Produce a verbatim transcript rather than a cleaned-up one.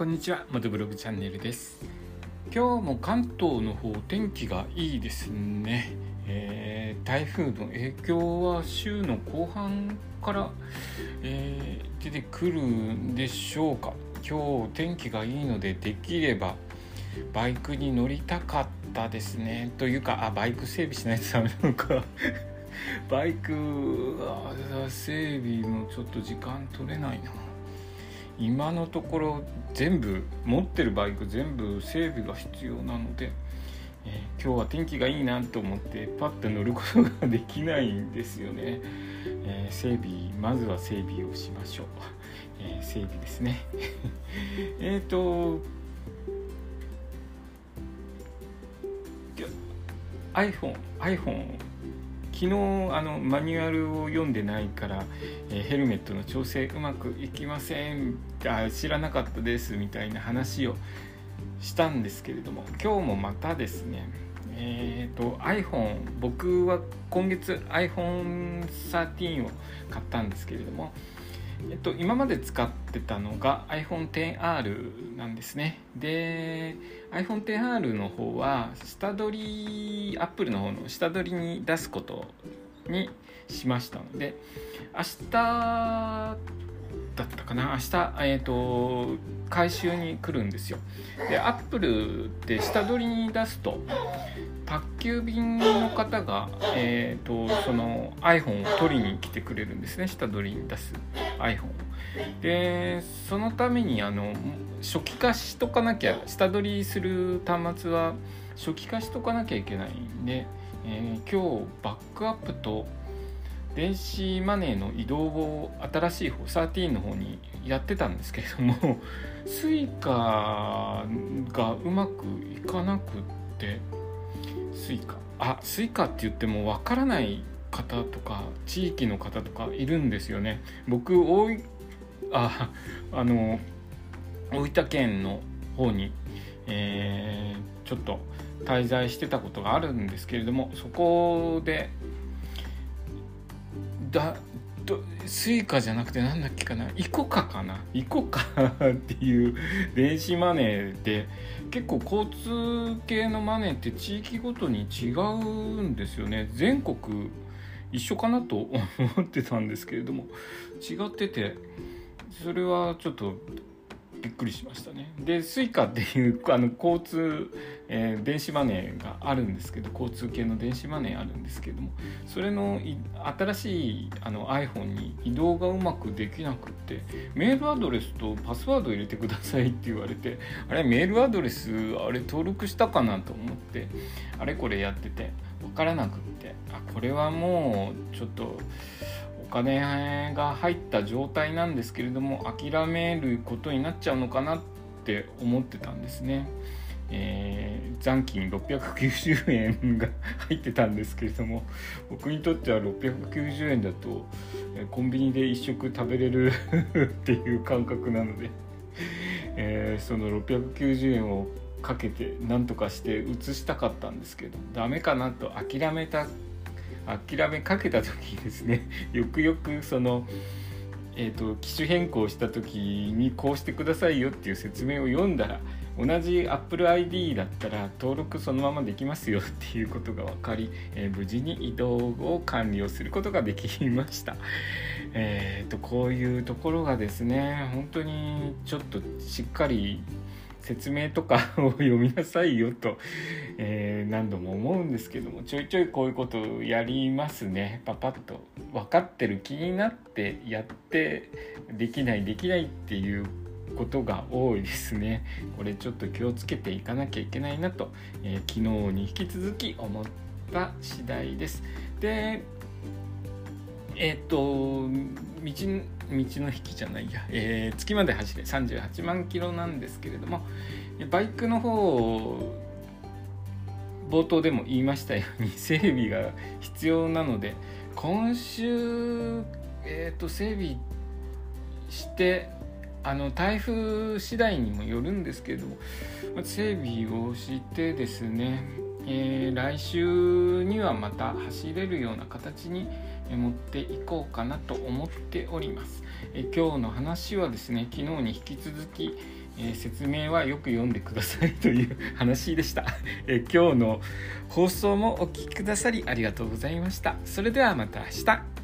こんにちは、モトブログチャンネルです。今日も関東の方天気がいいですね。えー、台風の影響は週の後半から、えー、出てくるんでしょうか。今日天気がいいので、できればバイクに乗りたかったですね。というか、あバイク整備しないとダメなのかバイク整備もちょっと時間取れないな。今のところ全部持ってるバイク全部整備が必要なので、えー、今日は天気がいいなと思ってパッと乗ることができないんですよね。えー、整備まずは整備をしましょう。えー、整備ですねえっと iPhone iPhone 昨日あのマニュアルを読んでないから、えー、ヘルメットの調整うまくいきませんあ知らなかったですみたいな話をしたんですけれども、今日もまたですねえーと iPhone 僕は今月 アイフォンサーティーン を買ったんですけれども、えっと、今まで使ってたのが アイフォンテンアール なんですね。で アイフォンテンアール の方は下取り Apple の方の下取りに出すことにしましたので、明日だったかな明日、えーと、回収に来るんですよ。で Apple って下取りに出すと宅急便の方が、えーと、その iPhone を取りに来てくれるんですね。下取りに出す iPhone で、そのためにあの初期化しとかなきゃ、下取りする端末は初期化しとかなきゃいけないんで、えー、今日バックアップと電子マネーの移動を新しい方じゅうさんの方にやってたんですけれども、スイカがうまくいかなくって、スイカあスイカって言ってもわからない方とか地域の方とかいるんですよね。僕大いああの大分県の方に、えー、ちょっと滞在してたことがあるんですけれども、そこでだスイカじゃなくてなんだっけかなイコカかなイコカっていう電子マネーで、結構交通系のマネーって地域ごとに違うんですよね。全国一緒かなと思ってたんですけれども違ってて、それはちょっとびっくりしましたね。でスイカっていうあの交通、えー、電子マネーがあるんですけど、交通系の電子マネーあるんですけども、それの新しいあの iPhone に移動がうまくできなくって、メールアドレスとパスワード入れてくださいって言われて、あれメールアドレスあれ登録したかなと思ってあれこれやってて分からなくって、あこれはもうちょっとお金が入った状態なんですけれども諦めることになっちゃうのかなって思ってたんですね。えー、残金ろっぴゃくきゅうじゅうえんが入ってたんですけれども、僕にとってはろっぴゃくきゅうじゅうえんだとコンビニで一食食べれるっていう感覚なので、えー、そのろっぴゃくきゅうじゅうえんをかけて何とかして移したかったんですけど、ダメかなと諦めた諦めかけた時にですね、よくよくその、えーと、機種変更した時にこうしてくださいよっていう説明を読んだら、同じ Apple アイディー だったら登録そのままできますよっていうことが分かり、えー、無事に移動を完了することができました。えーと、こういうところがですね、本当にちょっとしっかり説明とかを読みなさいよと、えー、何度も思うんですけども、ちょいちょいこういうことをやりますね。パパッと分かってる気になってやってできないできないっていうことが多いですね。これちょっと気をつけていかなきゃいけないなと、えー、昨日に引き続き思った次第です。でえっ、ー、と道道の引きじゃないや、えー、月まで走れさんじゅうはちまんキロなんですけれども、バイクの方冒頭でも言いましたように整備が必要なので、今週、えー、と整備してあの台風次第にもよるんですけれども、整備をしてですね、えー、来週にはまた走れるような形に持っていこうかなと思っております。え今日の話はですね、昨日に引き続き、 えー、説明はよく読んでくださいという話でした、えー、今日の放送もお聞きくださりありがとうございました。それではまた明日。